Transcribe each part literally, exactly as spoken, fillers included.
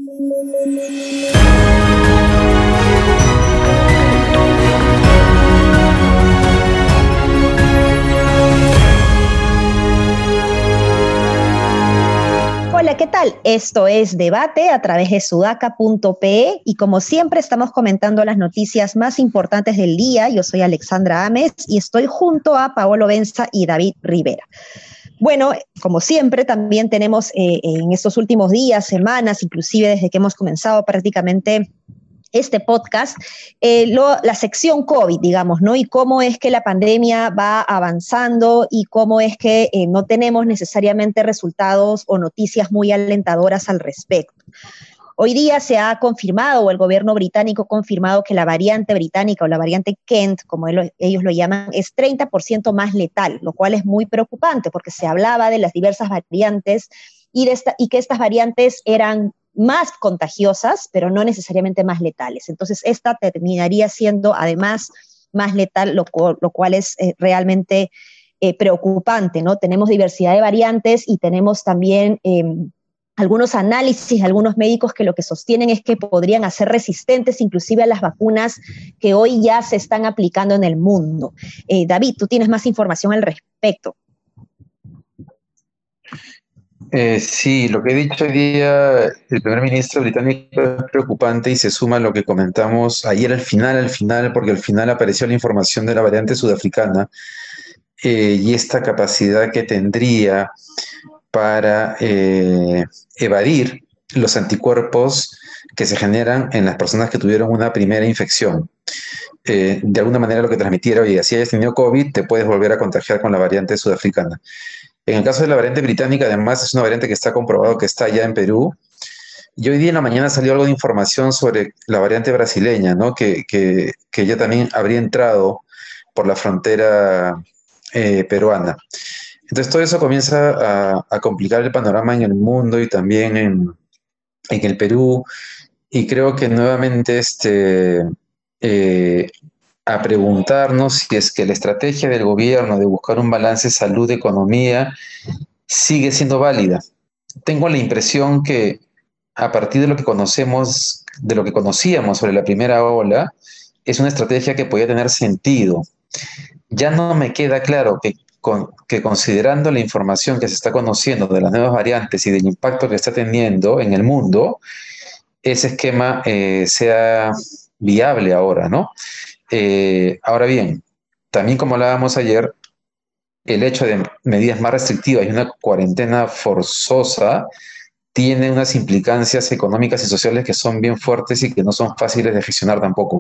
Hola, ¿qué tal? Esto es Debate a través de sudaca punto pe y como siempre estamos comentando las noticias más importantes del día. Yo soy Alexandra Ames y estoy junto a Paolo Benza y David Rivera. Bueno, como siempre también tenemos eh, en estos últimos días, semanas, inclusive desde que hemos comenzado prácticamente este podcast, eh, lo, la sección COVID, digamos, ¿no? Y cómo es que la pandemia va avanzando y cómo es que eh, no tenemos necesariamente resultados o noticias muy alentadoras al respecto. Hoy día se ha confirmado, o el gobierno británico ha confirmado, que la variante británica o la variante Kent, como él, ellos lo llaman, es treinta por ciento más letal, lo cual es muy preocupante porque se hablaba de las diversas variantes y, de esta, y que estas variantes eran más contagiosas, pero no necesariamente más letales. Entonces, esta terminaría siendo además más letal, lo, lo cual es eh, realmente eh, preocupante, ¿no? Tenemos diversidad de variantes y tenemos también eh, algunos análisis, algunos médicos que lo que sostienen es que podrían hacer resistentes inclusive a las vacunas que hoy ya se están aplicando en el mundo. Eh, David, tú tienes más información al respecto. Eh, sí, lo que he dicho hoy día el primer ministro británico es preocupante y se suma a lo que comentamos ayer al final, al final, porque al final apareció la información de la variante sudafricana eh, y esta capacidad que tendría para eh, evadir los anticuerpos que se generan en las personas que tuvieron una primera infección. Eh, de alguna manera lo que transmitiera, oye, si hayas tenido COVID, te puedes volver a contagiar con la variante sudafricana. En el caso de la variante británica, además, es una variante que está comprobado que está ya en Perú. Y hoy día en la mañana salió algo de información sobre la variante brasileña, ¿no? Que, que, que ya también habría entrado por la frontera eh, peruana. Entonces todo eso comienza a, a complicar el panorama en el mundo y también en, en el Perú. Y creo que nuevamente este, eh, a preguntarnos si es que la estrategia del gobierno de buscar un balance salud-economía sigue siendo válida. Tengo la impresión que a partir de lo que conocemos, de lo que conocíamos sobre la primera ola, es una estrategia que podía tener sentido. Ya no me queda claro que, con, que considerando la información que se está conociendo de las nuevas variantes y del impacto que está teniendo en el mundo, ese esquema eh, sea viable ahora, ¿no? Eh, ahora bien, también como hablábamos ayer, el hecho de medidas más restrictivas y una cuarentena forzosa tiene unas implicancias económicas y sociales que son bien fuertes y que no son fáciles de gestionar tampoco.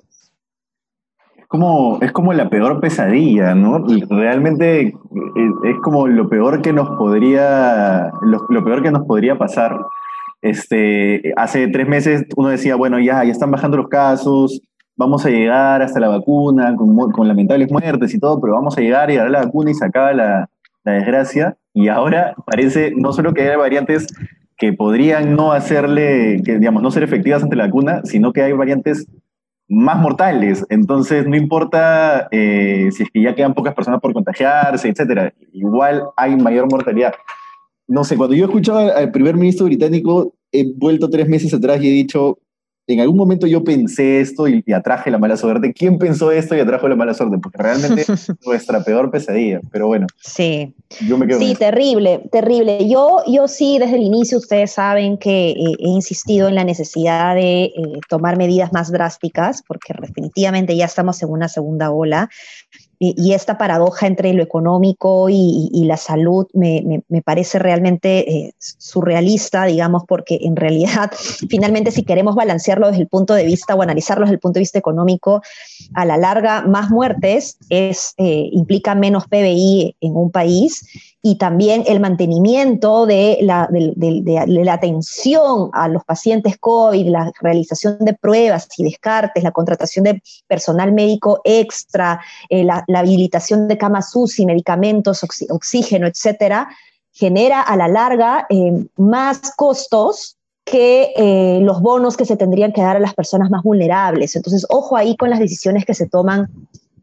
Como, es como la peor pesadilla, ¿no? Realmente es, es como lo peor que nos podría, lo, lo peor que nos podría pasar. Este, hace tres meses uno decía, bueno, ya, ya están bajando los casos, vamos a llegar hasta la vacuna, con, con lamentables muertes y todo, pero vamos a llegar y dar la vacuna y se acaba la, la desgracia. Y ahora parece no solo que hay variantes que podrían no hacerle, que digamos, no ser efectivas ante la vacuna, sino que hay variantes más mortales. Entonces, no importa eh, si es que ya quedan pocas personas por contagiarse, etcétera, igual hay mayor mortalidad. No sé, cuando yo he escuchado al primer ministro británico, he vuelto tres meses atrás y he dicho, en algún momento yo pensé esto y, y atraje la mala suerte. ¿Quién pensó esto y atrajo la mala suerte? Porque realmente es nuestra peor pesadilla. Pero bueno, sí, yo me quedo sí, terrible, terrible. Yo, yo sí, desde el inicio, ustedes saben que eh, he insistido en la necesidad de eh, tomar medidas más drásticas, porque definitivamente ya estamos en una segunda ola. Y, y esta paradoja entre lo económico y, y, y la salud me, me, me parece realmente eh, surrealista, digamos, porque en realidad, finalmente, si queremos balancearlo desde el punto de vista o analizarlo desde el punto de vista económico, a la larga, más muertes es, eh, implica menos P B I en un país y también el mantenimiento de la, de, de, de, de la atención a los pacientes COVID, la realización de pruebas y descartes, la contratación de personal médico extra, eh, la, la habilitación de camas U C I, medicamentos, oxi, oxígeno, etcétera, genera a la larga eh, más costos que eh, los bonos que se tendrían que dar a las personas más vulnerables. Entonces, ojo ahí con las decisiones que se toman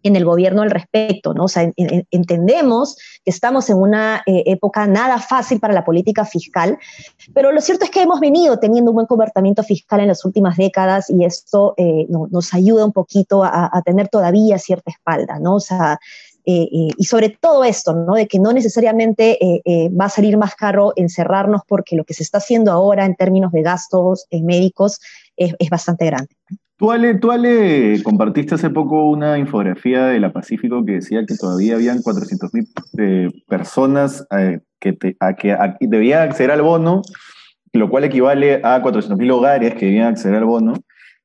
en el gobierno al respecto, ¿no? O sea, en, en, entendemos que estamos en una eh, época nada fácil para la política fiscal, pero lo cierto es que hemos venido teniendo un buen comportamiento fiscal en las últimas décadas y esto eh, no, nos ayuda un poquito a, a tener todavía cierta espalda, ¿no? O sea, eh, eh, y sobre todo esto, ¿no? De que no necesariamente eh, eh, va a salir más caro encerrarnos porque lo que se está haciendo ahora en términos de gastos eh, médicos es, es bastante grande. Tú Ale, tú, Ale, compartiste hace poco una infografía de la Pacífico que decía que todavía habían cuatrocientas mil eh, personas eh, que, te, a que a, debían acceder al bono, lo cual equivale a cuatrocientos mil hogares que debían acceder al bono,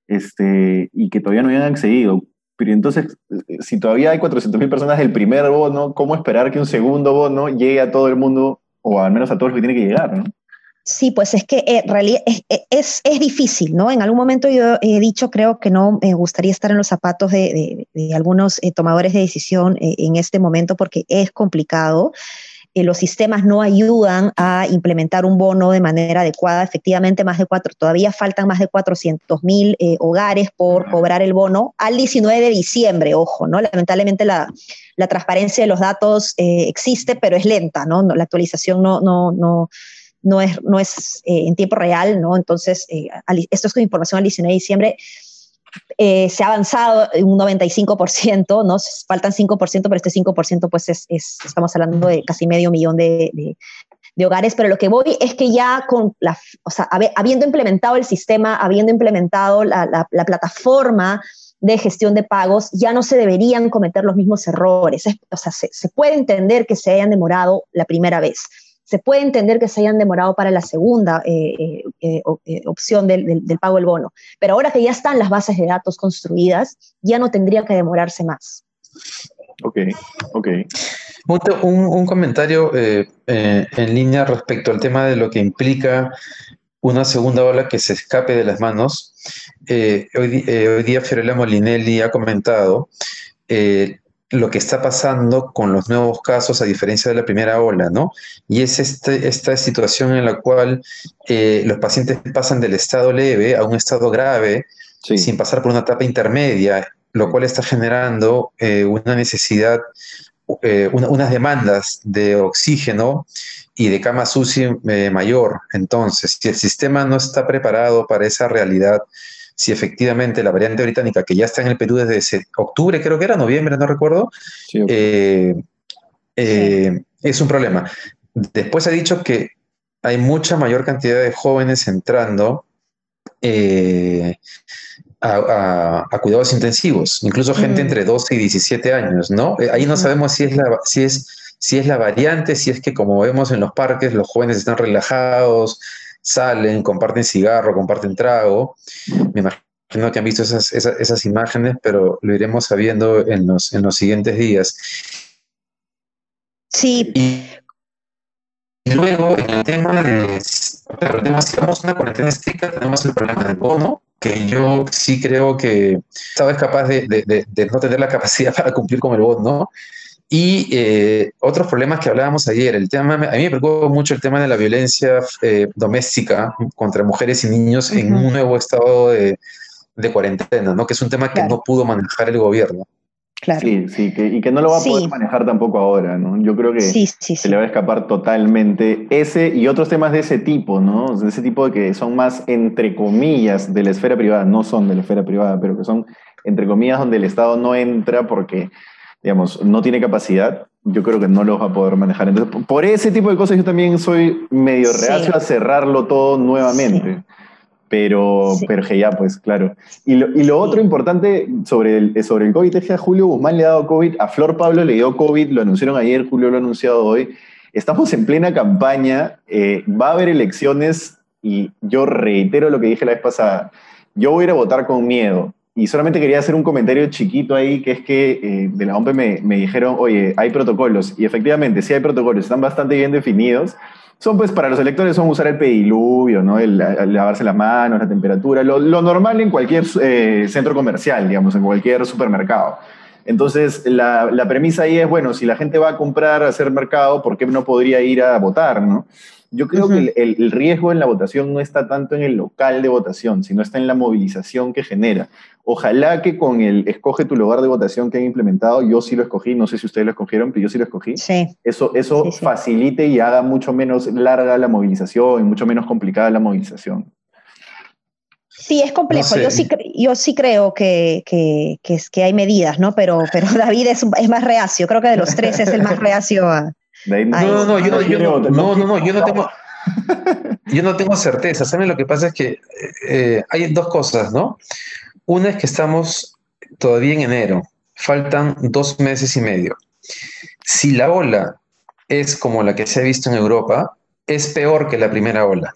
este, y que todavía no habían accedido. Pero entonces, si todavía hay cuatrocientas mil personas del primer bono, ¿cómo esperar que un segundo bono llegue a todo el mundo, o al menos a todos los que tiene que llegar, ¿no? Sí, pues es que eh, realidad es, es, es difícil, ¿no? En algún momento yo he dicho, creo que no me gustaría estar en los zapatos de, de, de algunos eh, tomadores de decisión eh, en este momento porque es complicado. Eh, los sistemas no ayudan a implementar un bono de manera adecuada. Efectivamente, más de cuatro, todavía faltan más de cuatrocientos mil eh, hogares por cobrar el bono al diecinueve de diciembre, ojo, ¿no? Lamentablemente la, la transparencia de los datos eh, existe, pero es lenta, ¿no? La actualización no, no, no no es, no es eh, en tiempo real, ¿no? Entonces, eh, al, esto es con información al diecinueve de diciembre, eh, se ha avanzado en un noventa y cinco por ciento, ¿no? Faltan cinco por ciento, pero este cinco por ciento, pues, es, es, estamos hablando de casi medio millón de, de, de hogares, pero lo que voy es que ya con la, o sea, habiendo implementado el sistema, habiendo implementado la, la, la plataforma de gestión de pagos, ya no se deberían cometer los mismos errores. Es, o sea, se, se puede entender que se hayan demorado la primera vez. Se puede entender que se hayan demorado para la segunda eh, eh, eh, opción del, del, del pago del bono, pero ahora que ya están las bases de datos construidas, ya no tendría que demorarse más. Ok, ok. Un, un, un comentario eh, eh, en línea respecto al tema de lo que implica una segunda ola que se escape de las manos. Eh, hoy, eh, hoy día Fiorella Molinelli ha comentado eh, lo que está pasando con los nuevos casos a diferencia de la primera ola, ¿no? Y es este, esta situación en la cual eh, los pacientes pasan del estado leve a un estado grave sí. sin pasar por una etapa intermedia, lo cual está generando eh, una necesidad, eh, una, unas demandas de oxígeno y de camas U C I eh, mayor. Entonces, si el sistema no está preparado para esa realidad, si efectivamente la variante británica, que ya está en el Perú desde ese, octubre, creo que era, noviembre, no recuerdo, sí, okay. eh, eh, sí. es un problema. Después ha dicho que hay mucha mayor cantidad de jóvenes entrando eh, a, a, a cuidados intensivos, incluso gente mm. entre doce y diecisiete años, ¿no? Eh, ahí no sabemos si es, la, si, es, si es la variante, si es que como vemos en los parques, los jóvenes están relajados, salen, comparten cigarro, comparten trago. Me imagino que han visto esas, esas, esas imágenes, pero lo iremos sabiendo en los, en los siguientes días. Sí. Y, y luego, en el tema de... Pero tenemos, si vamos a una cuarentena estricta, tenemos el problema del bono, que yo sí creo que sabes capaz de, de, de, de no tener la capacidad para cumplir con el bono, ¿no? Y eh, otros problemas que hablábamos ayer, el tema, a mí me preocupa mucho el tema de la violencia eh, doméstica contra mujeres y niños uh-huh. en un nuevo estado de, de cuarentena, ¿no? Que es un tema que claro. no pudo manejar el gobierno. Claro. Sí, sí, que, y que no lo va a poder sí. manejar tampoco ahora, ¿no? Yo creo que sí, sí, sí. se le va a escapar totalmente ese y otros temas de ese tipo, ¿no? De ese tipo de que son más, entre comillas, de la esfera privada, no son de la esfera privada, pero que son, entre comillas, donde el Estado no entra porque... digamos, no tiene capacidad, yo creo que no los va a poder manejar. Entonces, por ese tipo de cosas yo también soy medio reacio sí. a cerrarlo todo nuevamente. Sí. Pero, sí. pero que ya, pues, claro. Y lo, y lo sí. otro importante sobre el, sobre el COVID es que a Julio Guzmán le ha dado COVID, a Flor Pablo le dio COVID, lo anunciaron ayer, Julio lo ha anunciado hoy. Estamos en plena campaña, eh, va a haber elecciones y yo reitero lo que dije la vez pasada. Yo voy a ir a votar con miedo. Y solamente quería hacer un comentario chiquito ahí, que es que eh, de la O M P me, me dijeron, oye, hay protocolos. Y efectivamente, sí hay protocolos, están bastante bien definidos. Son, pues, para los electores son usar el pediluvio, ¿no? El, el lavarse las manos, la temperatura, lo, lo normal en cualquier eh, centro comercial, digamos, en cualquier supermercado. Entonces, la, la premisa ahí es, bueno, si la gente va a comprar, a hacer mercado, ¿por qué no podría ir a votar, no? Yo creo uh-huh. que el, el, el riesgo en la votación no está tanto en el local de votación, sino está en la movilización que genera. Ojalá que con el escoge tu lugar de votación que han implementado, yo sí lo escogí, no sé si ustedes lo escogieron, pero yo sí lo escogí, sí. eso, eso sí, sí. facilite y haga mucho menos larga la movilización y mucho menos complicada la movilización. Sí, es complejo. No sé. Yo sí, yo sí creo que, que, que, es, que hay medidas, ¿no? Pero, pero David es, es más reacio. Creo que de los tres es el más reacio a... No, no, no, yo no, yo no, no, no, no, yo no tengo, yo no tengo certeza. ¿Saben? Lo que pasa es que eh, hay dos cosas, ¿no? Una es que estamos todavía en enero, faltan dos meses y medio. Si la ola es como la que se ha visto en Europa, es peor que la primera ola.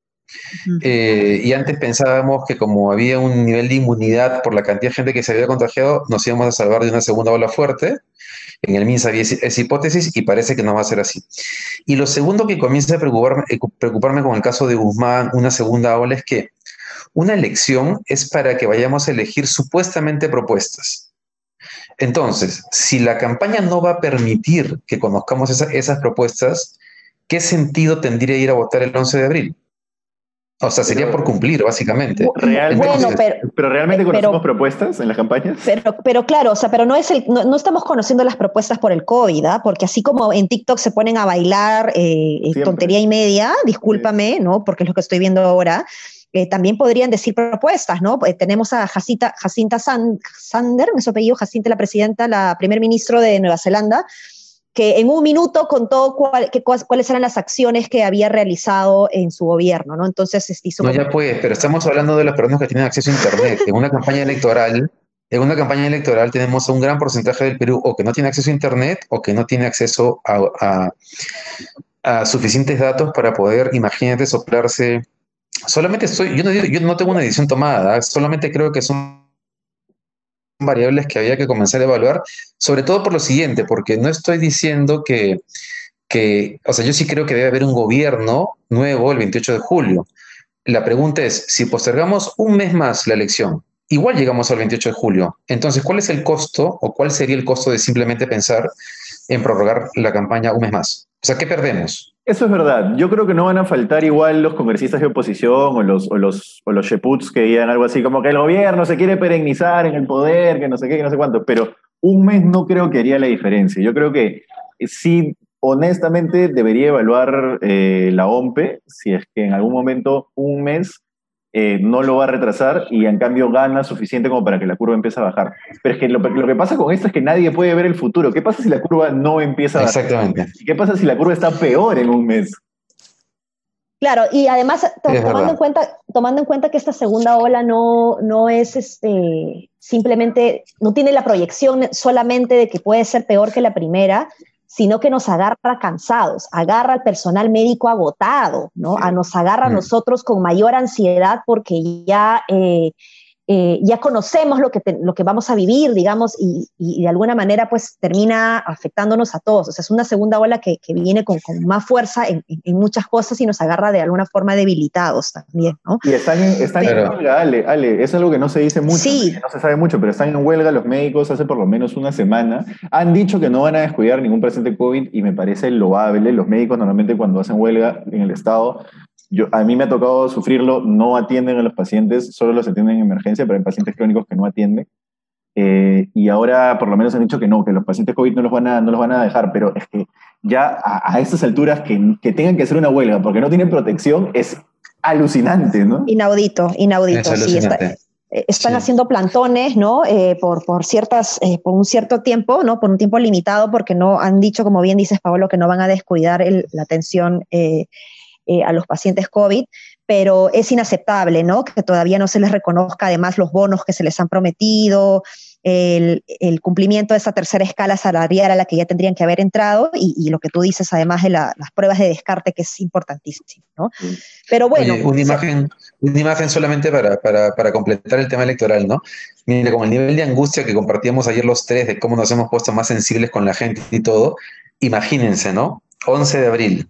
Eh, y antes pensábamos que como había un nivel de inmunidad por la cantidad de gente que se había contagiado, nos íbamos a salvar de una segunda ola fuerte. En el M I N S había esa hipótesis y parece que no va a ser así. Y lo segundo que comienza a preocuparme, preocuparme con el caso de Guzmán, una segunda ola, es que una elección es para que vayamos a elegir supuestamente propuestas. Entonces, si la campaña no va a permitir que conozcamos esa, esas propuestas, ¿qué sentido tendría ir a votar el once de abril? O sea, sería por cumplir, básicamente. ¿Realmente, bueno, pero, pero realmente conocemos pero, propuestas en las campañas? Pero, pero claro, o sea, pero no es el, no, no estamos conociendo las propuestas por el COVID, ¿ah? Porque así como en TikTok se ponen a bailar eh, tontería y media, discúlpame, sí. ¿no? Porque es lo que estoy viendo ahora. Eh, también podrían decir propuestas, ¿no? Eh, tenemos a Jacinta, Jacinta Sand, Sander, es su apellido, Jacinta, la presidenta, la primer ministro de Nueva Zelanda, que en un minuto contó cuál, que, cuáles eran las acciones que había realizado en su gobierno, ¿no? Entonces, hizo no, ya pues, pero estamos hablando de las personas que tienen acceso a Internet. En una campaña electoral, en una campaña electoral tenemos un gran porcentaje del Perú o que no tiene acceso a Internet o que no tiene acceso a, a, a suficientes datos para poder, imagínate, soplarse. Solamente estoy, yo no, yo no tengo una decisión tomada, solamente creo que son variables que había que comenzar a evaluar, sobre todo por lo siguiente, porque no estoy diciendo que, que, o sea, yo sí creo que debe haber un gobierno nuevo el veintiocho de julio. La pregunta es, si postergamos un mes más la elección, igual llegamos al veintiocho de julio, entonces, ¿cuál es el costo o cuál sería el costo de simplemente pensar en prorrogar la campaña un mes más? O sea, ¿qué perdemos? Eso es verdad. Yo creo que no van a faltar igual los congresistas de oposición o los, o los, o los sheputs que digan algo así como que el gobierno se quiere perennizar en el poder, que no sé qué, que no sé cuánto, pero un mes no creo que haría la diferencia. Yo creo que sí, honestamente, debería evaluar eh, la O M P E si es que en algún momento un mes eh, no lo va a retrasar y en cambio gana suficiente como para que la curva empiece a bajar. Pero es que lo, lo que pasa con esto es que nadie puede ver el futuro. ¿Qué pasa si la curva no empieza a bajar? Exactamente. ¿Y qué pasa si la curva está peor en un mes? Claro, y además to tomando, en cuenta, tomando en cuenta que esta segunda ola no, no es este, simplemente, no tiene la proyección solamente de que puede ser peor que la primera, sino que nos agarra cansados, agarra al personal médico agotado, ¿no? A nos agarra a nosotros con mayor ansiedad porque ya, eh, eh, ya conocemos lo que, te, lo que vamos a vivir, digamos, y, y de alguna manera pues termina afectándonos a todos. O sea, es una segunda ola que, que viene con, con más fuerza en, en, en muchas cosas y nos agarra de alguna forma debilitados también, ¿no? Y están en, están pero, en huelga, Ale, Ale, es algo que no se dice mucho, sí. no se sabe mucho, pero están en huelga los médicos hace por lo menos una semana. Han dicho que no van a descuidar ningún paciente COVID y me parece loable. Los médicos normalmente cuando hacen huelga en el Estado, yo, a mí me ha tocado sufrirlo, no atienden a los pacientes, solo los atienden en emergencia, pero hay pacientes crónicos que no atienden. Eh, y ahora por lo menos han dicho que no, que los pacientes COVID no los van a, no los van a dejar, pero es que ya a, a estas alturas que, que tengan que hacer una huelga porque no tienen protección es alucinante, ¿no? Inaudito, inaudito, es sí. Está, eh, están sí. haciendo plantones, ¿no? Eh, por, por, ciertas, eh, por un cierto tiempo, ¿no? Por un tiempo limitado, porque no han dicho, como bien dices, Paolo, que no van a descuidar el, la atención eh, eh, a los pacientes COVID, pero es inaceptable, ¿no? Que todavía no se les reconozca además los bonos que se les han prometido, el, el cumplimiento de esa tercera escala salarial a la que ya tendrían que haber entrado y, y lo que tú dices además de la, las pruebas de descarte, que es importantísimo, ¿no? Pero bueno. Oye, una, imagen, una imagen solamente para, para, para completar el tema electoral, ¿no? Mira, con el nivel de angustia que compartíamos ayer los tres de cómo nos hemos puesto más sensibles con la gente y todo, imagínense, ¿no? once de abril.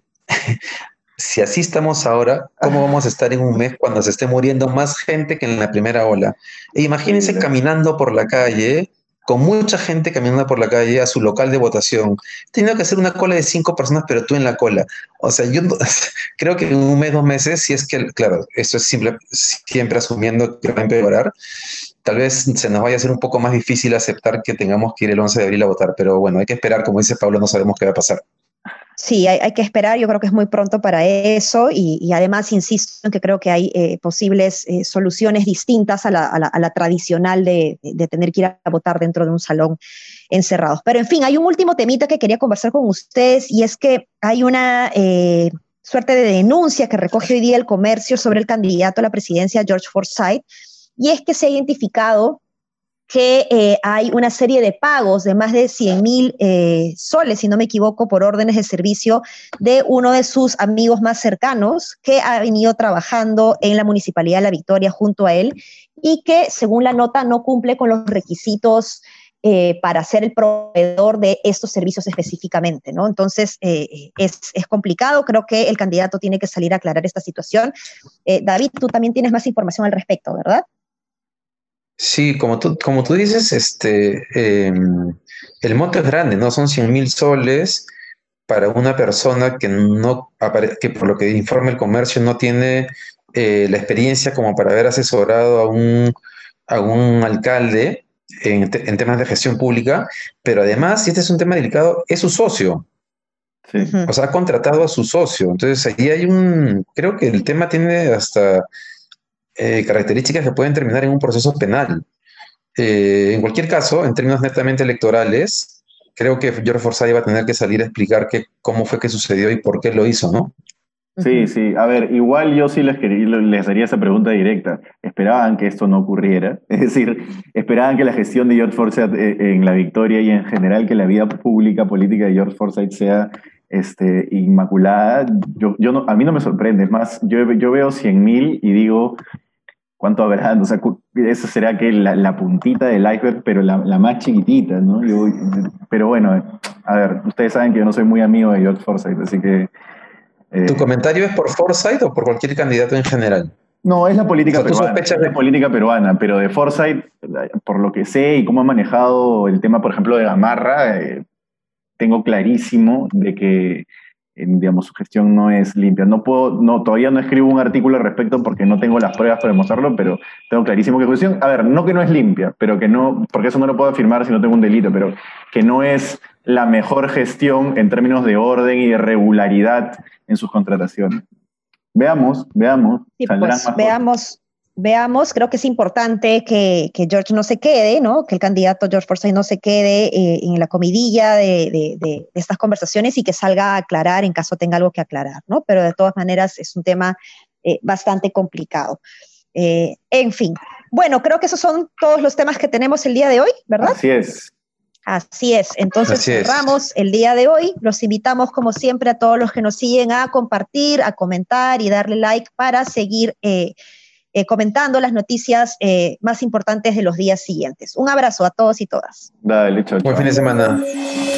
Si así estamos ahora, ¿cómo vamos a estar en un mes cuando se esté muriendo más gente que en la primera ola? E imagínense sí, caminando por la calle con mucha gente caminando por la calle a su local de votación, teniendo que hacer una cola de cinco personas, pero tú en la cola. O sea, yo no- creo que en un mes, dos meses, si es que, claro, esto es simple, siempre asumiendo que va a empeorar, tal vez se nos vaya a hacer un poco más difícil aceptar que tengamos que ir el once de abril a votar, pero bueno, hay que esperar, como dice Pablo, no sabemos qué va a pasar. Sí, hay, hay que esperar, yo creo que es muy pronto para eso y, y además insisto en que creo que hay eh, posibles eh, soluciones distintas a la, a la, a la tradicional de, de tener que ir a votar dentro de un salón encerrados. Pero en fin, hay un último temita que quería conversar con ustedes y es que hay una eh, suerte de denuncia que recoge hoy día el Comercio sobre el candidato a la presidencia, George Forsyth, y es que se ha identificado que eh, hay una serie de pagos de más de cien mil eh, soles, si no me equivoco, por órdenes de servicio de uno de sus amigos más cercanos que ha venido trabajando en la Municipalidad de La Victoria junto a él y que, según la nota, no cumple con los requisitos eh, para ser el proveedor de estos servicios específicamente, ¿no? Entonces, eh, es, es complicado. Creo que el candidato tiene que salir a aclarar esta situación. Eh, David, tú también tienes más información al respecto, ¿verdad? Sí, como tú, como tú dices, este, eh, el monto es grande, ¿no? Son cien mil soles para una persona que no apare- que por lo que informa el comercio no tiene eh, la experiencia como para haber asesorado a un, a un alcalde en, te- en temas de gestión pública, pero además, y este es un tema delicado, es su socio, Sí. o sea, ha contratado a su socio. Entonces, ahí hay un, creo que el tema tiene hasta eh, características que pueden terminar en un proceso penal. Eh, en cualquier caso, en términos netamente electorales, creo que George Forsyth va a tener que salir a explicar que, cómo fue que sucedió y por qué lo hizo, ¿no? Sí, Ujú. sí. A ver, igual yo sí les, quería, les haría esa pregunta directa. ¿Esperaban que esto no ocurriera? Es decir, ¿esperaban que la gestión de George Forsyth eh, en La Victoria y en general que la vida pública, política de George Forsyth sea este, inmaculada? Yo, yo no, a mí no me sorprende. Es más, yo, yo veo cien mil y digo, ¿cuánto habrá? O sea, cu- eso será que la, la puntita del iceberg, pero la, la más chiquitita, ¿no? Yo- pero bueno, a ver, ustedes saben que yo no soy muy amigo de George Forsyth, así que... ¿Tu eh, comentario es por Forsyth o por cualquier candidato en general? No, es la O política sea, tú peruana, sospechas es la de... política peruana, pero de Forsyth, por lo que sé y cómo ha manejado el tema, por ejemplo, de Gamarra, eh, tengo clarísimo de que, eh, digamos, su gestión no es limpia. No puedo, no, todavía no escribo un artículo al respecto porque no tengo las pruebas para demostrarlo, pero tengo clarísimo que su gestión, a ver, no que no es limpia, pero que no, porque eso no lo puedo afirmar si no tengo un delito, pero que no es la mejor gestión en términos de orden y de regularidad en sus contrataciones. Veamos, veamos, Sí, saldrán pues más cosas. veamos, veamos, creo que es importante que, que George no se quede, ¿no? Que el candidato George Forsyth no se quede eh, en la comidilla de, de, de, estas conversaciones y que salga a aclarar en caso tenga algo que aclarar, ¿no? Pero de todas maneras es un tema eh, bastante complicado. Eh, en fin, bueno, creo que esos son todos los temas que tenemos el día de hoy, ¿verdad? Así es. Así es, entonces Así es. cerramos el día de hoy. Los invitamos, como siempre, a todos los que nos siguen a compartir, a comentar y darle like para seguir eh, eh, comentando las noticias eh, más importantes de los días siguientes. Un abrazo a todos y todas. Dale, chao, Buen chao. fin de semana.